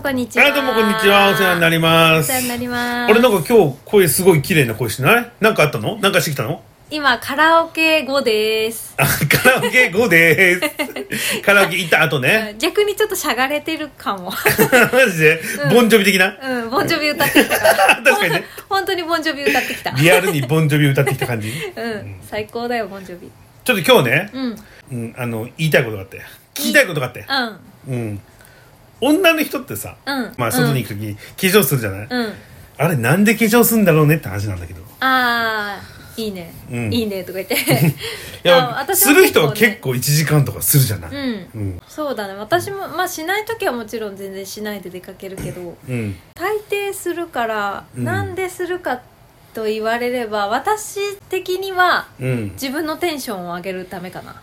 こんにちは。 どうもこんにちは。お世話になります。 お世話になります。 俺なんか今日声すごい綺麗な声してない？なんかあったの？なんかしてきたの？ 今カラオケ後です。 カラオケ後です。カラオケ行った後ね。 逆にちょっとしゃがれてるかも。 マジで、ボンジョビ的な？ ボンジョビ歌ってきたから。 確かにね。 本当にボンジョビ歌ってきた。 リアルにボンジョビ歌ってきた感じ。 最高だよボンジョビ。 ちょっと今日ね、言いたいことがあって、聞きたいことがあって。女の人ってさ、まあ外に行く時に化粧するじゃない？あれなんで化粧するんだろうねって話なんだけど。 いいね、いいねとか言っていやする人は結構1時間とかするじゃない？ そうだね。私もまあしない時はもちろん全然しないで出かけるけど、大抵するから、なんでするかと言われれば私的には、自分のテンションを上げるためかな。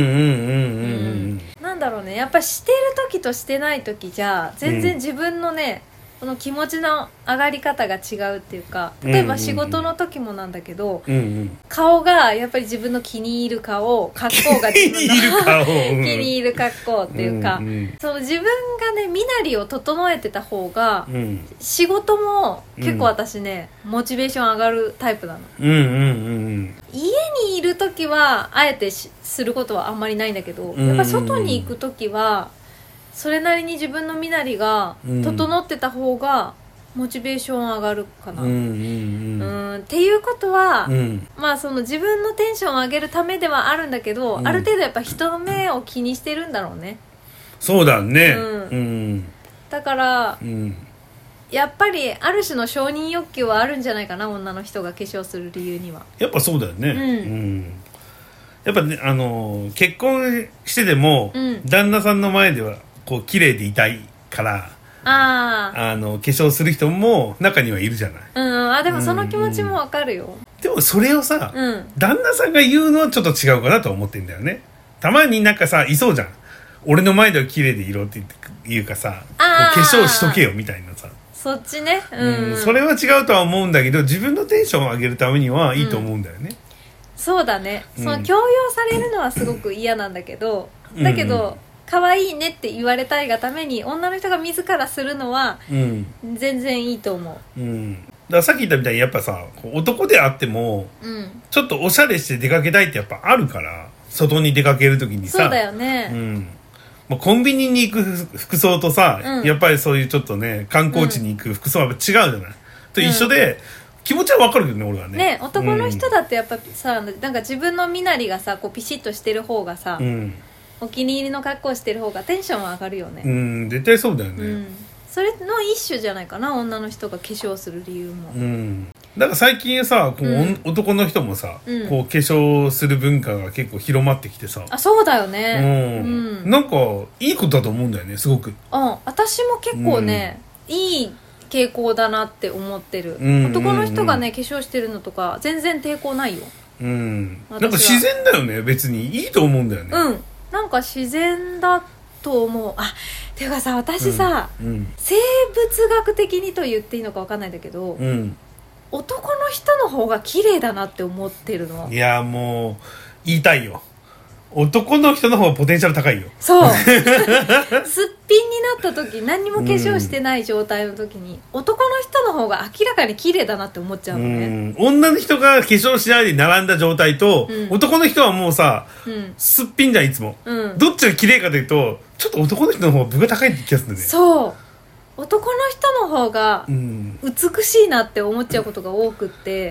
なんだろうね、やっぱりしてる時としてない時じゃ全然自分のね、この気持ちの上がり方が違うっていうか、例えば仕事の時もなんだけど、顔がやっぱり自分の気に入る顔、格好が自分の気に入る格好っていうか、そう自分がね身なりを整えてた方が、仕事も結構私ね、モチベーション上がるタイプなの。家にいる時はあえてすることはあんまりないんだけど、やっぱ外に行く時はそれなりに自分の身なりが整ってた方がモチベーション上がるかな。っていうことは、まあその自分のテンションを上げるためではあるんだけど、ある程度やっぱ人の目を気にしてるんだろうね。 そうだね。 だから、やっぱりある種の承認欲求はあるんじゃないかな、女の人が化粧する理由には。 やっぱそうだよね。やっぱね、結婚してでも、旦那さんの前ではこう綺麗でいたいから化粧する人も中にはいるじゃない。 でもその気持ちもわかるよ。 でもそれをさ、旦那さんが言うのはちょっと違うかなと思ってんだよね。たまになんかさ、いそうじゃん。俺の前では綺麗でいろって言うかさ、化粧しとけよみたいなさ。 そっちね。 それは違うとは思うんだけど、自分のテンションを上げるためにはいいと思うんだよね。 そうだね。その強要されるのはすごく嫌なんだけど、だけど可愛いねって言われたいがために女の人が自らするのは全然いいと思う。 だからさっき言ったみたいにやっぱさ、男であってもちょっとおしゃれして出かけたいってやっぱあるから、外に出かける時にさ。 そうだよね。 コンビニに行く服装とさ、やっぱりそういうちょっとね観光地に行く服装は違うじゃない。と一緒で、気持ちはわかるけどね、俺はね。 ね、男の人だってやっぱさ、なんか自分の身なりがさ、こうピシッとしてる方がさ、お気に入りの格好してる方がテンションは上がるよね。 絶対そうだよね。 それの一種じゃないかな、女の人が化粧する理由も。 だから最近さ、こう男の人もさ、こう化粧する文化が結構広まってきてさ。 そうだよね。 なんかいいことだと思うんだよね、すごく。 私も結構ね、いい傾向だなって思ってる。男の人がね化粧してるのとか全然抵抗ないよ。 なんか自然だよね、別にいいと思うんだよね。 なんか自然だと思う。ていうかさ、私さ、生物学的にと言っていいのか分かんないんだけど、男の人の方が綺麗だなって思ってるの。 いやもう言いたいよ。男の人の方がポテンシャル高いよ。 そうすっぴんになった時、何にも化粧してない状態の時に、男の人の方が明らかに綺麗だなって思っちゃうのね。 女の人が化粧しないで並んだ状態と、男の人はもうさ、すっぴんじゃんいつも。どっちが綺麗かというと、ちょっと男の人の方が分が高いって気がするんだよね。 そう男の人の方が美しいなって思っちゃうことが多くって、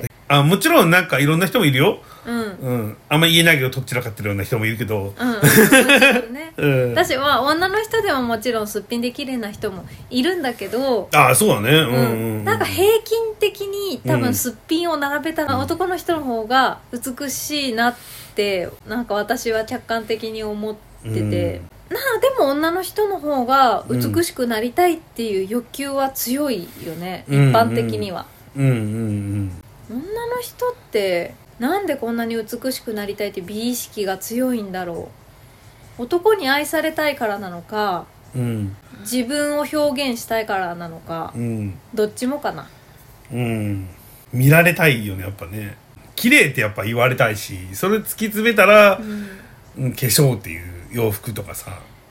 もちろんなんかいろんな人もいるよ。あんま言えないけどとっちらかってるような人もいるけど、 私は女の人でももちろんすっぴんで綺麗な人もいるんだけど、 そうだね。 なんか平均的に多分すっぴんを並べた男の人の方が美しいなってなんか私は客観的に思ってて、でも女の人の方が美しくなりたいっていう欲求は強いよね、一般的には。女の人ってなんでこんなに美しくなりたいって美意識が強いんだろう。男に愛されたいからなのか、自分を表現したいからなのか、どっちもかな。 見られたいよね、やっぱね。綺麗ってやっぱ言われたいし、それ突き詰めたら、化粧っていう洋服とかさ、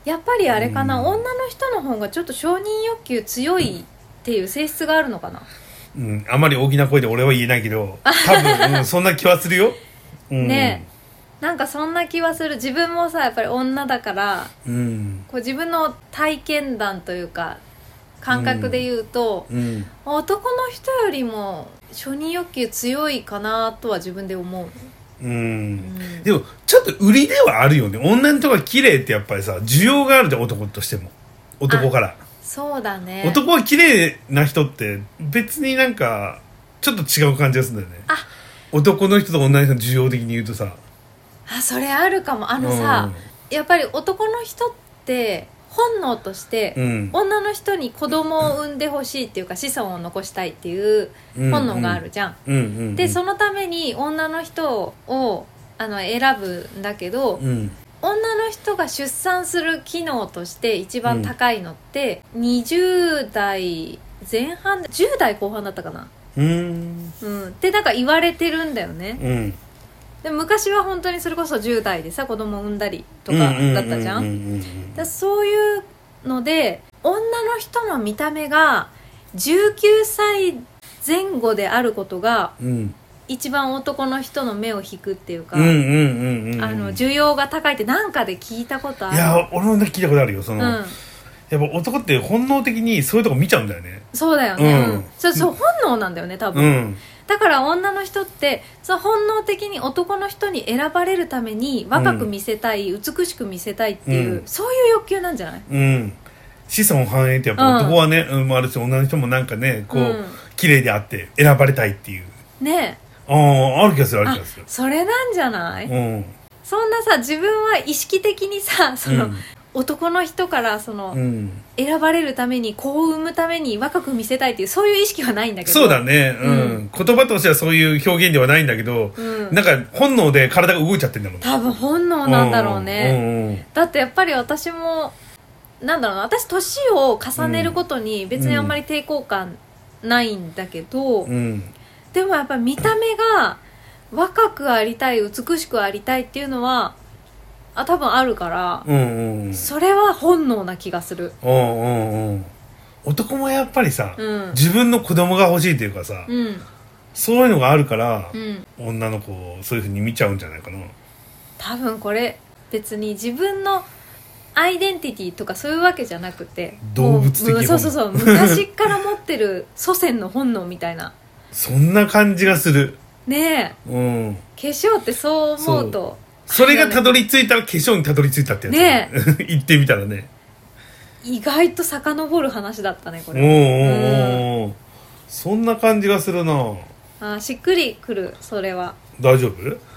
やっぱりあれかな、女の人の方がちょっと承認欲求強いっていう性質があるのかな。 あまり大きな声で俺は言えないけど多分、そんな気はするよ、 ねえ、なんかそんな気はする。自分もさやっぱり女だから、こう自分の体験談というか感覚で言うと、男の人よりも承認欲求強いかなとは自分で思う。 でもちょっと売りではあるよね。女の人が綺麗ってやっぱりさ需要があるじゃん、男としても。男から。そうだね。男は綺麗な人って別になんかちょっと違う感じがするんだよね。男の人と女の人の需要的に言うとさ。 それあるかも。さ、やっぱり男の人って本能として、女の人に子供を産んでほしいっていうか子孫を残したいっていう本能があるじゃん。でそのために女の人を選ぶんだけど、女の人が出産する機能として一番高いのって、20代前半10代後半だったかな。ってなんか言われてるんだよね。で昔は本当にそれこそ10代でさ子供を産んだりとかだったじゃん。そういうので女の人の見た目が19歳前後であることが、一番男の人の目を引くっていうか、需要が高いってなんかで聞いたことある。いや俺も聞いたことあるよ。やっぱ男って本能的にそういうとこ見ちゃうんだよね。 そうだよね、そう本能なんだよね多分、だから女の人ってその本能的に男の人に選ばれるために若く見せたい、美しく見せたいっていう、そういう欲求なんじゃない？子孫繁栄ってやっぱ男はね、あるし女の人もなんかねこう、綺麗であって選ばれたいっていうね。ある気がする。それなんじゃない？そんなさ自分は意識的にさ男の人から選ばれるために子を産むために若く見せたいっていうそういう意識はないんだけど。そうだね、言葉としてはそういう表現ではないんだけど、なんか本能で体が動いちゃってるんだろうね。多分本能なんだろうね、だってやっぱり私もなんだろうな、私年を重ねることに別にあんまり抵抗感ないんだけど、でもやっぱり見た目が若くありたい美しくありたいっていうのは多分あるから、それは本能な気がする。男もやっぱりさ、自分の子供が欲しいっていうかさ、そういうのがあるから、女の子をそういう風に見ちゃうんじゃないかな。多分これ別に自分のアイデンティティとかそういうわけじゃなくて動物的本能。そう昔から持ってる祖先の本能みたいなそんな感じがするねえ、化粧ってそう思うとそれがたどり着いたら化粧にたどり着いたってやつね言ってみたらね、意外と遡る話だったねこれ。そんな感じがするな。しっくりくる。それは大丈夫？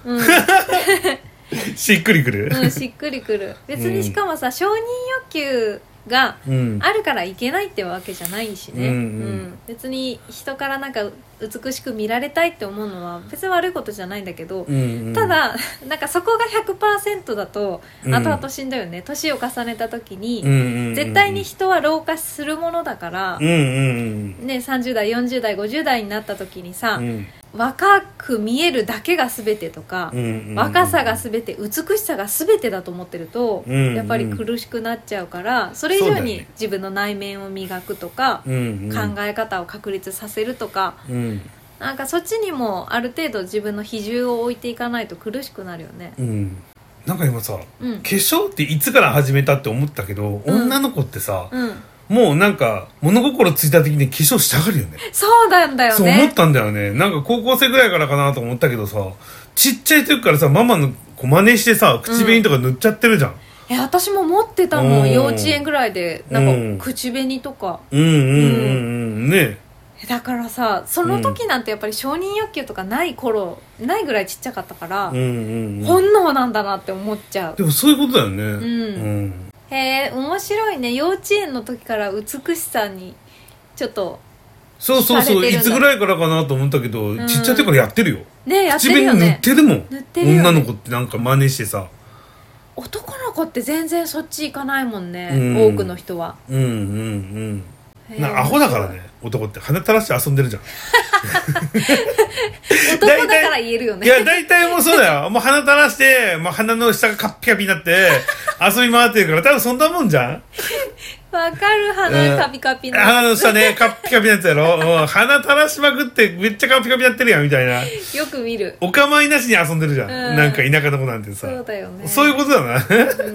しっくりくる？しっくりくる。別にしかもさ、承認欲求があるからいけないってわけじゃないしね、別に人からなんか美しく見られたいって思うのは別に悪いことじゃないんだけど、ただなんかそこが 100% だと後々しんどいよね。年を重ねた時に絶対に人は老化するものだから、ね、30代40代50代になった時にさ、若く見えるだけが全てとか、若さが全て美しさが全てだと思ってると、やっぱり苦しくなっちゃうから、それ以上に自分の内面を磨くとか、考え方を確立させるとか、なんかそっちにもある程度自分の比重を置いていかないと苦しくなるよね。なんか今さ、化粧っていつから始めたって思ったけど、女の子ってさ、もうなんか物心ついた時に化粧したがるよね。そうなんだよね。そう思ったんだよね。なんか高校生ぐらいからかなと思ったけどさ、ちっちゃい時からさママの真似してさ口紅とか塗っちゃってるじゃん。私も持ってたもん。幼稚園ぐらいでなんか口紅とか。ね。だからさ、その時なんてやっぱり承認欲求とかない頃、ないぐらいちっちゃかったから、本能なんだなって思っちゃう。でもそういうことだよね。へえ、面白いね。幼稚園の時から美しさにちょっとそういつぐらいからかなと思ったけど、ちっちゃい時からやってるよね。やってるよね。口紅塗ってるもん。塗ってるよね。女の子ってなんか真似してさ。男の子って全然そっち行かないもんね、多くの人は。アホだからね、男って鼻垂らして遊んでるじゃん。男だから言えるよね。いや大体もうそうだよ。もう鼻垂らして、もう鼻の下がカッピカピになって遊び回ってるから多分そんなもんじゃん。 わかる、鼻カピカピの。 鼻の下ね、カッピカピなやつやろ。うん、鼻垂らしまくってめっちゃカピカピやってるやんみたいな。 よく見る。 お構いなしに遊んでるじゃん。なんか田舎の子なんてさ。 そうだよね。 そういうことだな。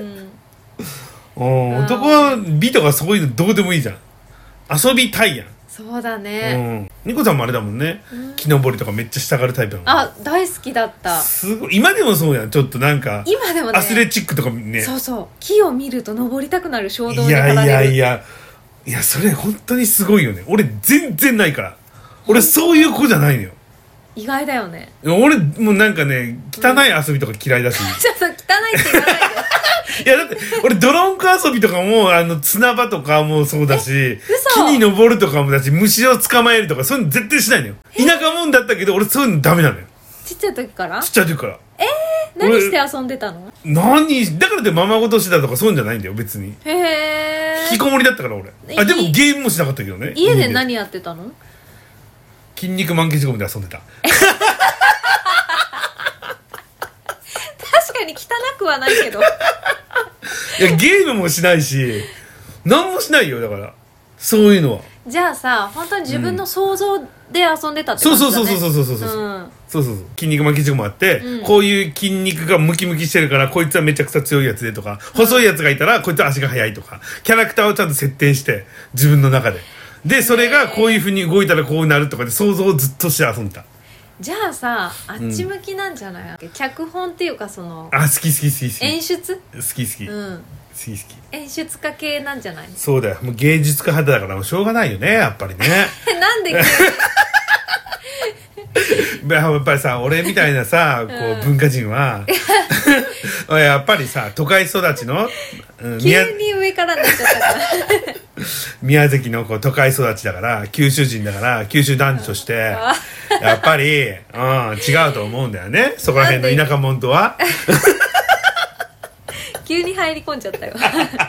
男は美とかそういうのどうでもいいじゃん。遊びたいやん。 そうだね。 ニコさんもあれだもんね。木登りとかめっちゃしたがるタイプだもん。 あ、大好きだった。 すごい。今でもそうやん。ちょっとなんか今でもね、 アスレチックとかね。 そうそう。木を見ると登りたくなる衝動にい駆られる。 やいやそれ本当にすごいよね。俺全然ないから。俺そういう子じゃないのよ。 意外だよね。 俺もうなんかね、汚い遊びとか嫌いだし。 ちょっと汚いって言わないで。 いやだって俺ドロンク遊びとかも砂場とかもそうだし、木に登るとかもだし、虫を捕まえるとかそういうの絶対しないのよ。田舎もんだったけど俺そういうのダメなのよ。 ちっちゃい時から？ ちっちゃい時から。 何して遊んでたの？ だからってママごとしてたとかそういうんじゃないんだよ別に。 へえ。 引きこもりだったから俺。あ、でもゲームもしなかったけどね。 家で何やってたの？ 筋肉マン消しゴムで遊んでた。 確かに汚くはないけど。 いやゲームもしないし何もしないよ。だからそういうのは。 じゃあさ、本当に自分の想像で遊んでたって感じだね。そうそう筋肉マン消しゴムあって、こういう筋肉がムキムキしてるからこいつはめちゃくちゃ強いやつでとか、細いやつがいたらこいつは足が速いとか、キャラクターをちゃんと設定して自分の中でそれがこういう風に動いたらこうなるとかで想像をずっとして遊んでた。 じゃあさ、あっち向きなんじゃない？脚本っていうかその、 好き演出？ 好き、 演出家系なんじゃないの？ そうだよ。もう芸術家肌だからもうしょうがないよね、やっぱりね。 なんで急にやっぱりさ、俺みたいなさ、こう文化人はやっぱりさ、都会育ちの、 急に上からになっちゃったから宮崎のこう都会育ちだから、九州人だから九州男児としてやっぱり、違うと思うんだよね、そこら辺の田舎者とは。 急に入り込んじゃったよ。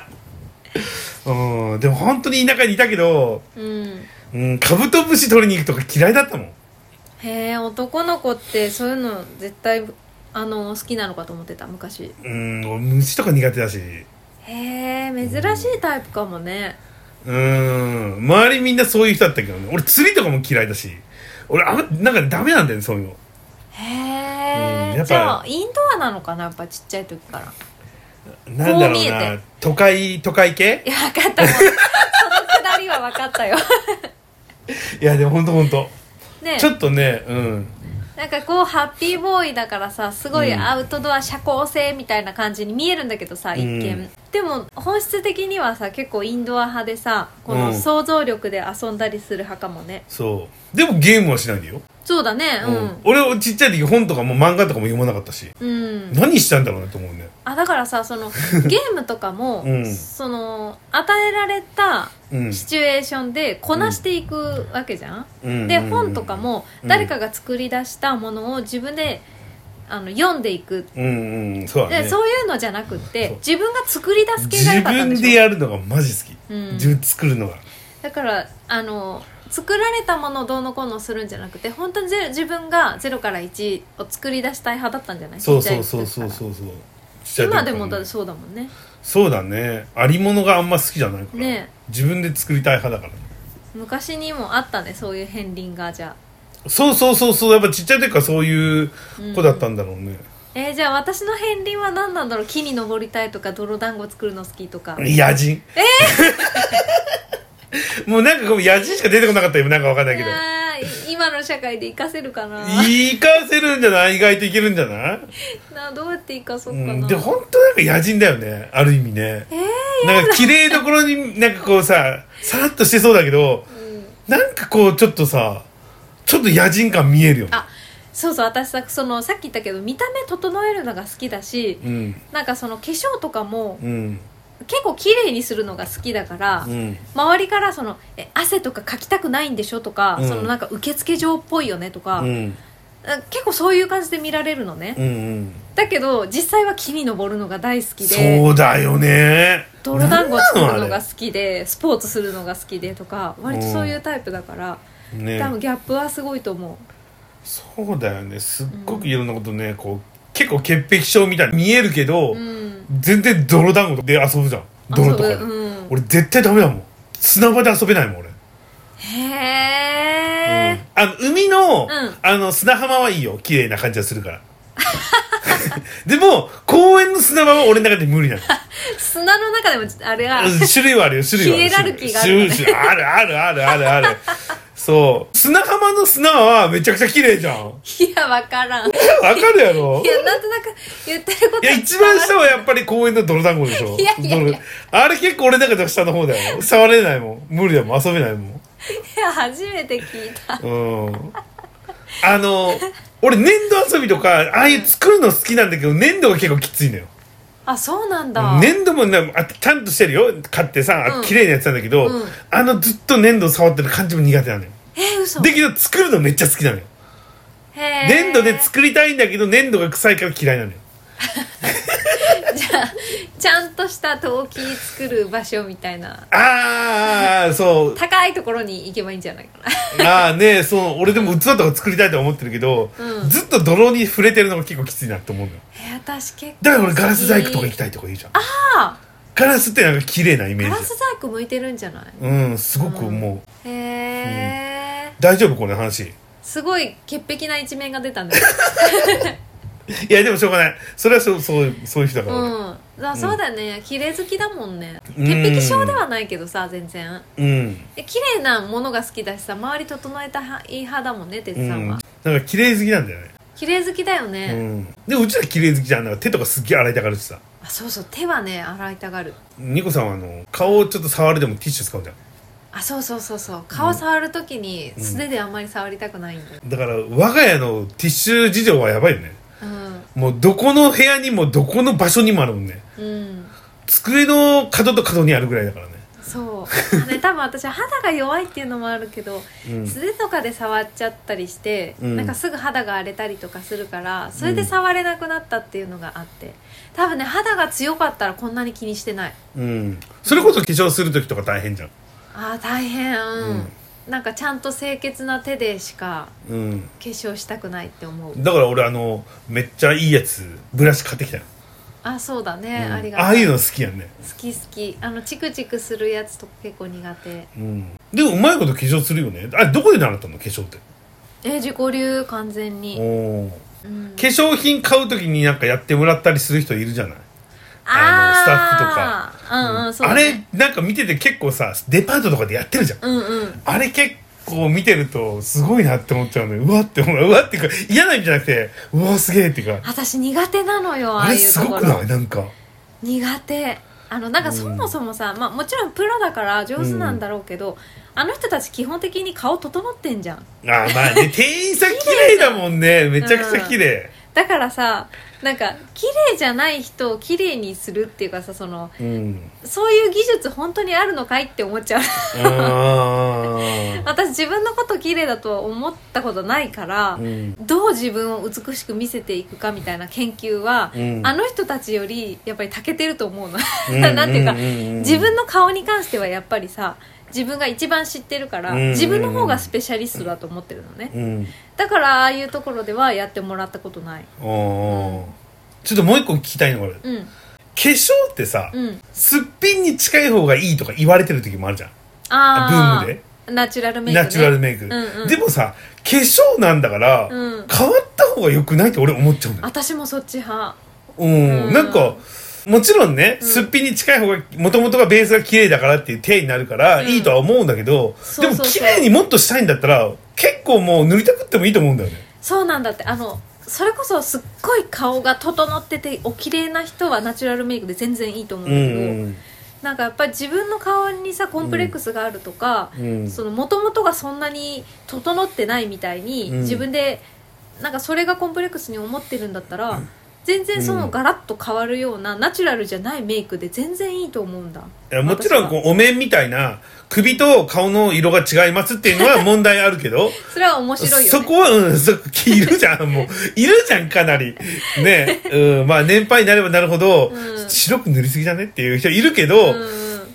でも本当に田舎にいたけど、カブトムシ取りに行くとか嫌いだったもん。 へえ、男の子ってそういうの絶対好きなのかと思ってた昔。 虫とか苦手だし。 へえ、珍しいタイプかもね。 周りみんなそういう人だったけどね。俺釣りとかも嫌いだし、俺なんかダメなんだよね、そういうの。 へえ、じゃあインドアなのかな、やっぱちっちゃい時から。 なんだろうな、都会系。 いや、分かった、もうそのくだりは分かったよ。 いやでもほんとね、 ちょっとね、 なんかこうハッピーボーイだからさ、すごいアウトドア社交性みたいな感じに見えるんだけどさ、一見、でも本質的にはさ、結構インドア派でさ、この想像力で遊んだりする派かもね。 そうでもゲームはしないでよ。 そうだね。 俺ちっちゃい時本とかも漫画とかも読まなかったし、何したんだろうなと思うね。 だからさ、そのゲームとかも、その与えられたシチュエーションでこなしていくわけじゃん。で、本とかも誰かが作り出したものを自分で読んでいく。そういうのじゃなくって自分が作り出す系が良かったんでしょ。 自分でやるのがマジ好き、自分作るのが。だから作られたものをどうのこうのするんじゃなくて、本当に自分が0から1を作り出したい派だったんじゃない？ そう。 今でもだってそうだもんね。 そうだね。ありものがあんま好きじゃないから、自分で作りたい派だから。 昔にもあったね、そういう片鱗が。じゃあそうやっぱちっちゃい時からそういう子だったんだろうね。 じゃあ私の片鱗は何なんだろう。木に登りたいとか、泥団子作るの好きとか。 野人。もうなんかこう野人しか出てこなかったよ。なんかわかんないけど。 今の社会で活かせるかな。 活かせるんじゃない？意外といけるんじゃない？ どうやって活かそうかな。 で本当なんか野人だよね、ある意味ね。なんか綺麗どころになんかこうさらっとしてそうだけど、なんかこうちょっと野人感見えるよね。 そう、私さっき言ったけど、見た目整えるのが好きだし、なんかその化粧とかも、結構綺麗にするのが好きだから、周りから汗とかかきたくないんでしょとか、なんか受付嬢っぽいよねとか、結構そういう感じで見られるのね、だけど実際は木に登るのが大好きで。 そうだよね。 泥団子作るのが好きで、スポーツするのが好きでとか、割とそういうタイプだから、多分ギャップはすごいと思う。 そうだよね。すっごくいろんなことね、こう結構潔癖症みたいに見えるけど、 全然泥団子で遊ぶじゃん。泥とかで、俺絶対ダメだもん。砂場で遊べないもん俺。 へえ、 海の、砂浜はいいよ、綺麗な感じがするからでも公園の砂場は俺の中で無理なの砂の中でもあれは種類はあるよ、種類はある。 ヒエラルキーがある、ね、 あるそう砂浜の砂はめちゃくちゃ綺麗じゃん。 いや分からんわかるやろ。 いやなんとなく言ってることは。いや一番下はやっぱり公園の泥団子でしょ。 いやあれ結構俺の中では下の方だよ。触れないもん、無理だもん、遊べないもん。いや初めて聞いた。 俺粘土遊びとかああいう作るの好きなんだけど、粘土が結構きついのよ。 あ、そうなんだ。 粘土もちゃんとしてるよ、買ってさ、綺麗なやつなんだけど、ずっと粘土触ってる感じも苦手なのよ。 嘘。 だけど作るのめっちゃ好きなのよ。粘土で作りたいんだけど粘土が臭いから嫌いなのよじゃあちゃんとした陶器作る場所みたいな。 そう高いところに行けばいいんじゃないかな俺でも器とか作りたいと思ってるけど、ずっと泥に触れてるのが結構きついなって思うのよ。 私結構だから俺ガラス細工とか行きたいとか言うじゃん。ガラスってなんか綺麗なイメージ。 ガラス細工向いてるんじゃない？ すごく思う。大丈夫この話。 すごい潔癖な一面が出たんだよいやでもしょうがない。それはそういう人だから。そうだね、綺麗好きだもんね。潔癖症ではないけどさ、全然。綺麗なものが好きだしさ、周り整えたいい派だもんね、てつさんは。 なんか綺麗好きなんだよね。 綺麗好きだよね。 でうちら綺麗好きじゃん。手とかすっげえ洗いたがるしさ。 そうそう、手はね洗いたがる。 ニコさんは顔をちょっと触るでもティッシュ使うじゃん。 そう顔触るときに素手であんまり触りたくないんだよ。 だから我が家のティッシュ事情はやばいよね。もうどこの部屋にもどこの場所にもあるもんね。机の角と角にあるぐらいだからね。 そう多分私は肌が弱いっていうのもあるけど、素手とかで触っちゃったりして、なんかすぐ肌が荒れたりとかするから、それで触れなくなったっていうのがあって、多分ね肌が強かったらこんなに気にしてない。 それこそ化粧する時とか大変じゃん。 大変。なんかちゃんと清潔な手でしか化粧したくないって思う。 だから俺めっちゃいいやつブラシ買ってきたよ。 そうだね、ありがとう。 ああいうの好きやんね。 好きチクチクするやつとか結構苦手。 でもうまいこと化粧するよね。どこで習ったの化粧って？ 自己流完全に。 化粧品買う時になんかやってもらったりする人いるじゃない。スタッフとか。あれなんか見てて結構さ、デパートとかでやってるじゃん。あれ結構見てるとすごいなって思っちゃうのよ。うわっていうか嫌な意味じゃなくて、うわすげえっていうか。 私苦手なのよ。 あれすごくない？なんか苦手。なんかそもそもさ、もちろんプロだから上手なんだろうけど、あの人たち基本的に顔整ってんじゃん。 まあね、店員さん綺麗だもんね。めちゃくちゃ綺麗。 だからさ、なんか綺麗じゃない人を綺麗にするっていうかさ、そういう技術本当にあるのかいって思っちゃう私自分のこと綺麗だとは思ったことないから、どう自分を美しく見せていくかみたいな研究は、あの人たちよりやっぱり長けてると思うのなんていうか、自分の顔に関してはやっぱりさ、自分が一番知ってるから、自分の方がスペシャリストだと思ってるのね。だからああいうところではやってもらったことない。 ちょっともう一個聞きたいのがある。化粧ってさ、すっぴんに近い方がいいとか言われてる時もあるじゃん。ブームでナチュラルメイクね。 ナチュラルメイク、でもさ、化粧なんだから、変わった方が良くないって俺思っちゃうんだよ。 私もそっち派。 なんかもちろんね、すっぴんに近い方がもともとがベースが綺麗だからっていう体になるからいいとは思うんだけど、でも綺麗にもっとしたいんだったら結構もう塗りたくってもいいと思うんだよね。 そうなんだって。それこそすっごい顔が整っててお綺麗な人はナチュラルメイクで全然いいと思うんだけど、なんかやっぱり自分の顔にさコンプレックスがあるとか、もともとがそんなに整ってないみたいに、自分でなんかそれがコンプレックスに思ってるんだったら、全然そのガラッと変わるようなナチュラルじゃないメイクで全然いいと思うんだ。 いやもちろんお面みたいな首と顔の色が違いますっていうのは問題あるけどそれは面白いよね。 そこはいるじゃんもういるじゃんかなりね。まあ年配になればなるほど、白く塗りすぎじゃねっていう人いるけど、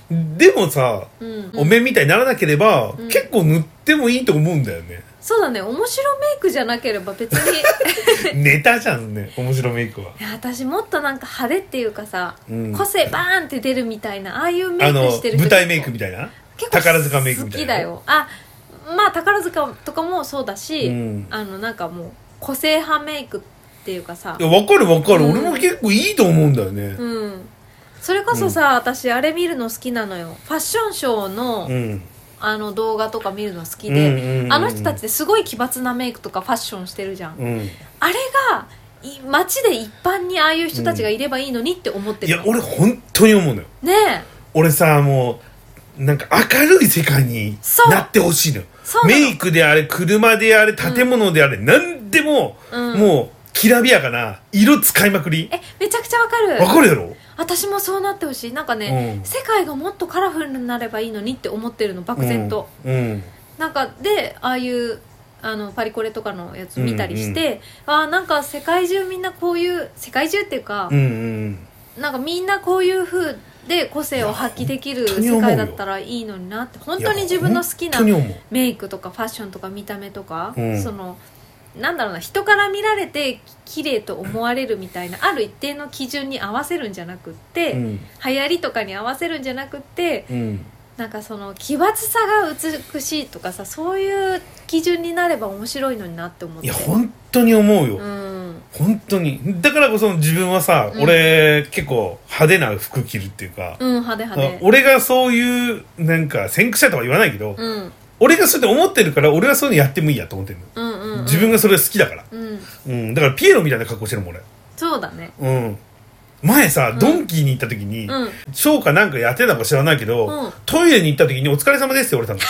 でもさ、お面みたいにならなければ、結構塗ってもいいと思うんだよね。 そうだね、面白メイクじゃなければ別にネタじゃんね、面白メイクは。 いや私もっとなんか派手っていうかさ、個性バーンって出るみたいな、ああいうメイクしてる人舞台メイクみたいな、宝塚メイクみたいな。 好きだよ。まあ宝塚とかもそうだし、なんかもう個性派メイクっていうかさ、 いや分かる分かる、俺も結構いいと思うんだよね。 それこそさ、私あれ見るの好きなのよ。ファッションショーの、動画とか見るの好きで、あの人たちってすごい奇抜なメイクとかファッションしてるじゃん、あれが街で一般にああいう人たちがいればいいのにって思ってる。 いや俺本当に思うのよね。俺さ、もうなんか明るい世界になってほしいのよ。メイクであれ、車であれ、建物であれ、何でも、もうきらびやかな色使いまくり。 めちゃくちゃわかる。 わかるやろ。 私もそうなってほしい。なんかね、世界がもっとカラフルになればいいのにって思ってるの、漠然と。なんかでああいうパリコレとかのやつ見たりして、なんか世界中みんなこういう、世界中っていうか、なんかみんなこういう風で個性を発揮できる世界だったらいいのになって、本当に自分の好きなメイクとかファッションとか見た目とか、そのなんだろうな、人から見られて綺麗と思われるみたいなある一定の基準に合わせるんじゃなくって、流行りとかに合わせるんじゃなくって、なんかその奇抜さが美しいとかさ、そういう基準になれば面白いのになって思って。 いや本当に思うよ、本当に。だからこそ自分はさ、俺結構派手な服着るっていうか、 派手派手。 俺がそういうなんか先駆者とは言わないけど、俺がそうやって思ってるから、俺はそういうのやってもいいやと思ってるの、自分がそれ好きだから、だからピエロみたいな格好してるもん俺。そうだね。前さ、ドンキーに行った時に、ショーかなんかやってたのか知らないけど、トイレに行った時にお疲れ様ですって言われたの。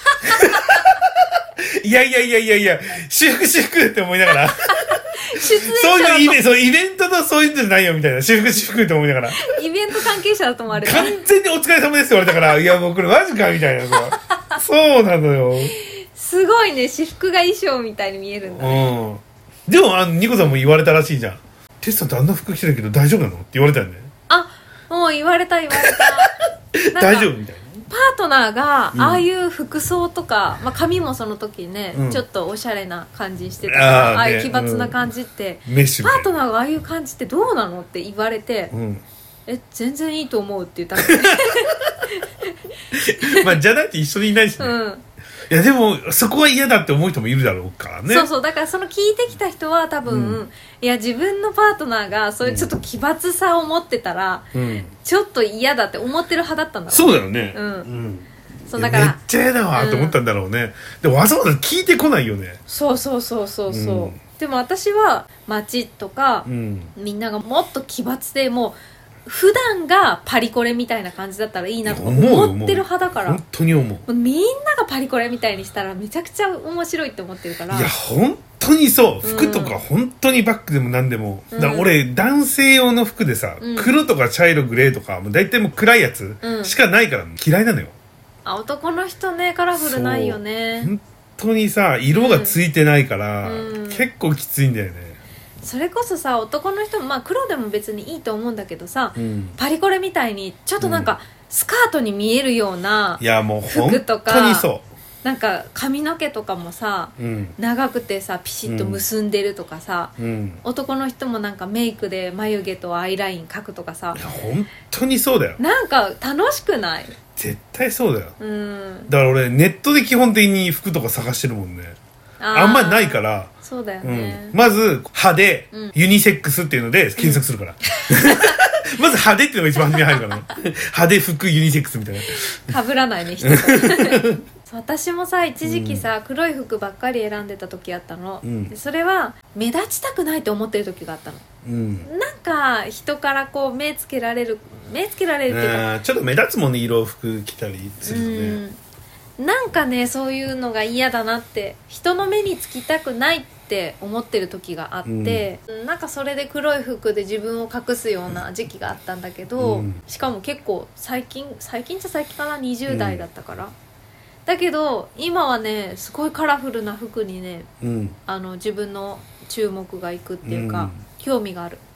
いやいやいやいやいや、私服私服って思いながらそういうイベントとそういうんじゃないよみたいな、私服私服って思いながら、 イベント関係者だと思われる。 完全にお疲れ様ですって言われたから、いやもうこれマジかみたいなさ。そうなのよ。すごいね、私服が衣装みたいに見えるんだね。 でもニコさんも言われたらしいじゃん。テスさんってあんな服着てるけど大丈夫なのって言われたよね。 もう言われた大丈夫みたいな。 パートナーがああいう服装とか、髪もその時ね、ちょっとおしゃれな感じしてたから、ああいう奇抜な感じって、パートナーがああいう感じってどうなのって言われて、全然いいと思うって言ったんでじゃないと一緒にいないしね。いやでもそこは嫌だって思う人もいるだろうからね。 そうだからその聞いてきた人は多分、いや自分のパートナーがそういうちょっと奇抜さを持ってたら、ちょっと嫌だって思ってる派だったんだろう。 そうだよね。そうだからめっちゃ嫌だわって思ったんだろうね。でもわざわざ聞いてこないよね。そう。でも私は街とか、みんながもっと奇抜でもう普段がパリコレみたいな感じだったらいいなと思ってる派だから。本当に思う。みんながパリコレみたいにしたらめちゃくちゃ面白いって思ってるから。いや本当にそう。服とか本当にバッグでも何でも、だから俺男性用の服でさ、黒とか茶色グレーとかもう大体もう暗いやつしかないから嫌いなのよ。男の人ね、カラフルないよね。本当にさ、色がついてないから、結構きついんだよね。それこそさ、男の人も黒でも別にいいと思うんだけどさ、パリコレみたいにちょっとなんかスカートに見えるような服とか、なんか髪の毛とかもさ、長くてさピシッと結んでるとかさ、男の人もなんかメイクで眉毛とアイライン描くとかさ、いや本当にそうだよ。なんか楽しくない？絶対そうだよ。だから俺ネットで基本的に服とか探してるもんね。あんまりないから。そうだよね。まず派手、ユニセックスっていうので検索するから。まず派手っていうのが一番初めに入るからね。派手服ユニセックスみたいな。被らないね人と。私もさ一時期さ、黒い服ばっかり選んでた時あったの、でそれは目立ちたくないと思ってる時があったの、なんか人からこう目つけられるっていうか、ちょっと目立つもんね、色服着たりするとね。なんかね、そういうのが嫌だなって、人の目につきたくないって思ってる時があって、なんかそれで黒い服で自分を隠すような時期があったんだけど、しかも結構最近っちゃ最近かな、20代だったから、だけど今はねすごいカラフルな服にね、自分の注目がいくっていうか、興味がある。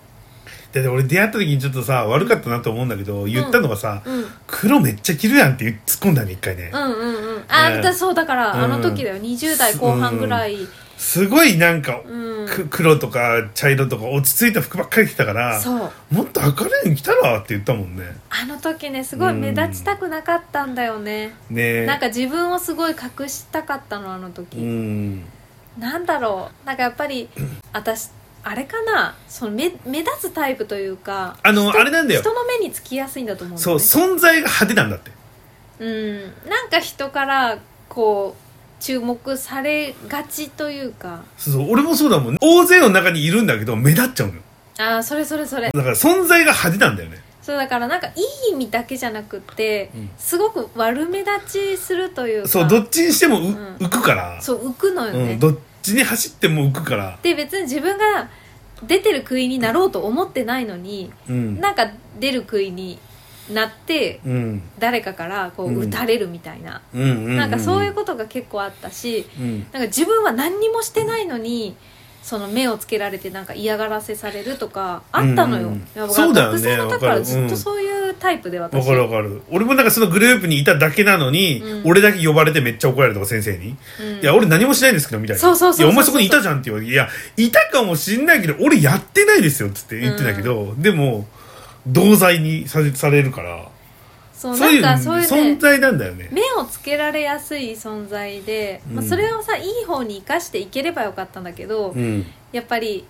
だって俺出会った時にちょっとさ悪かったなと思うんだけど、言ったのがさ、黒めっちゃ着るやんって突っ込んだね一回ね。 そうだから、あの時だよ、20代後半ぐらい、 すごいなんか、黒とか茶色とか落ち着いた服ばっかり着てたから、もっと明るいの着たらって言ったもんね。 あの時ねすごい目立ちたくなかったんだよね。なんか自分をすごい隠したかったのあの時。なんだろう、なんかやっぱり私あれかな、その目立つタイプというか、 あれなんだよ、 人の目につきやすいんだと思うんだよね。そう、存在が派手なんだって。 なんか人からこう注目されがちというか。 そう俺もそうだもん。大勢の中にいるんだけど目立っちゃうのよ。 それだから存在が派手なんだよね。 そうだからなんかいい意味だけじゃなくって、すごく悪目立ちするというか、 そうどっちにしても浮くから、 そう浮くのよね、 どっちに走っても浮くから。 で別に自分が出てる杭になろうと思ってないのに、なんか出る杭になって、誰かからこう撃たれるみたいな、なんかそういうことが結構あったし、なんか自分は何にもしてないのにその目をつけられてなんか嫌がらせされるとかあったのよ。 そうだよね。 学生の時からずっとそういうタイプで私。 わかる。俺もなんかそのグループにいただけなのに、俺だけ呼ばれてめっちゃ怒られるとか先生に、いや俺何もしないんですけどみたいな。いやお前そこにいたじゃんって言われて、いやいたかもしんないけど俺やってないですよっつって言ってたけど、でも同罪にされるから。そういう存在なんだよね。 目をつけられやすい存在で、それをさいい方に生かしていければよかったんだけど、やっぱり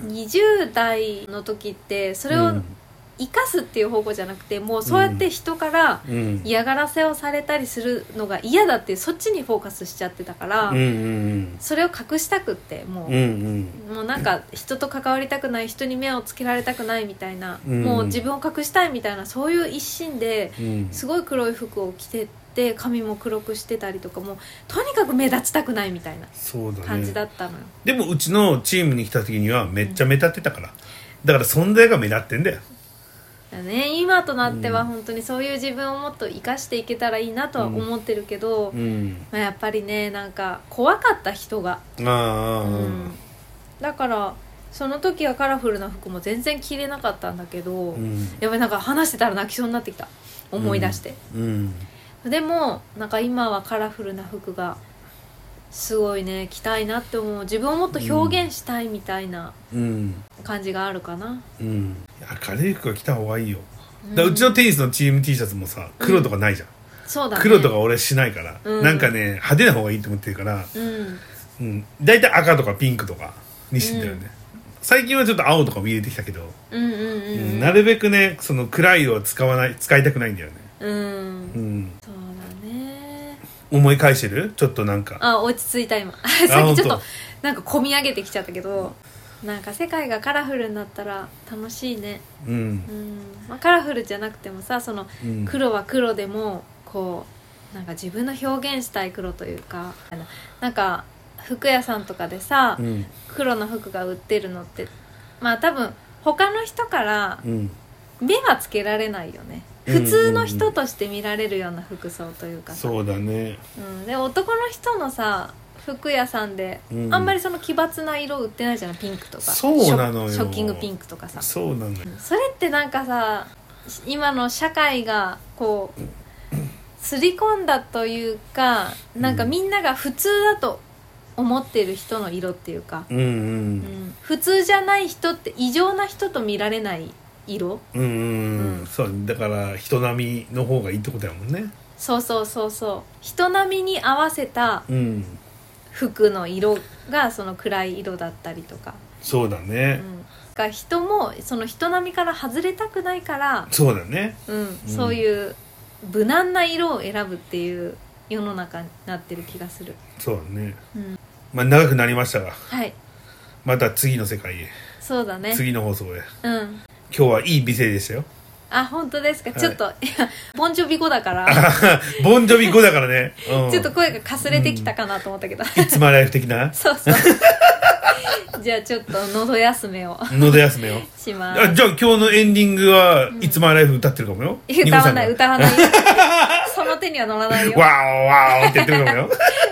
20代の時ってそれを生かすっていう方向じゃなくて、もうそうやって人から嫌がらせをされたりするのが嫌だっていう、そっちにフォーカスしちゃってたから、それを隠したくってもうなんか人と関わりたくない、人に目をつけられたくないみたいな、もう自分を隠したいみたいな、そういう一心ですごい黒い服を着てって髪も黒くしてたりとか、もうとにかく目立ちたくないみたいな感じだったのよ。 でもうちのチームに来た時にはめっちゃ目立ってたから、だから存在が目立ってんだよね。今となっては本当にそういう自分をもっと生かしていけたらいいなとは思ってるけど、やっぱりねなんか怖かった人が、だからその時はカラフルな服も全然着れなかったんだけど、やっぱりなんか話してたら泣きそうになってきた、思い出して、でもなんか今はカラフルな服がすごいね着たいなって思う。自分をもっと表現したいみたいな感じがあるかな。 明るい服は着た方がいいよ。うちのテニスのチーム T シャツもさ黒とかないじゃん。 そうだね、 黒とか俺しないから、なんかね派手な方がいいと思ってるから、だいたい赤とかピンクとかにしてんだよね。最近はちょっと青とかも入れてきたけど、なるべくねその暗い色は使いたくないんだよね。 そうだね。 思い返してる？ちょっとなんか落ち着いた今さっきちょっとなんか込み上げてきちゃったけど、なんか世界がカラフルになったら楽しいね。カラフルじゃなくてもさ、その黒は黒でもこうなんか自分の表現したい黒というか、なんか服屋さんとかでさ、黒の服が売ってるのって多分他の人から目はつけられないよね。普通の人として見られるような服装というかさ、 そうだね、 で男の人のさ服屋さんで、あんまりその奇抜な色売ってないじゃない、ピンクとか。 そうなのよ、 ショッキングピンクとかさ。 そうなのよ、 それってなんかさ今の社会がこう刷り込んだというか、なんかみんなが普通だと思ってる人の色っていうか、普通じゃない人って異常な人と見られない色。 そうだから人並みの方がいいってことやもんね。 そう人並みに合わせた服の色がその暗い色だったりとか。 そうだね、 人もその人並みから外れたくないから、 そうだね、 そういう無難な色を選ぶっていう世の中になってる気がする。 そうだね、長くなりましたが、 はい、 また次の世界へ。そうだね、次の放送へ。今日はいい美声でしたよ。 本当ですか、ちょっといやボンジョビ語だからボンジョビ語だからね、 ちょっと声がかすれてきたかなと思ったけど、 いつまライフ的なそうじゃあちょっと喉休めをします。 じゃあ今日のエンディングはいつまライフ歌ってるかもよ。 歌わないその手には乗らないよ。 ワーオワーオって言ってるかもよ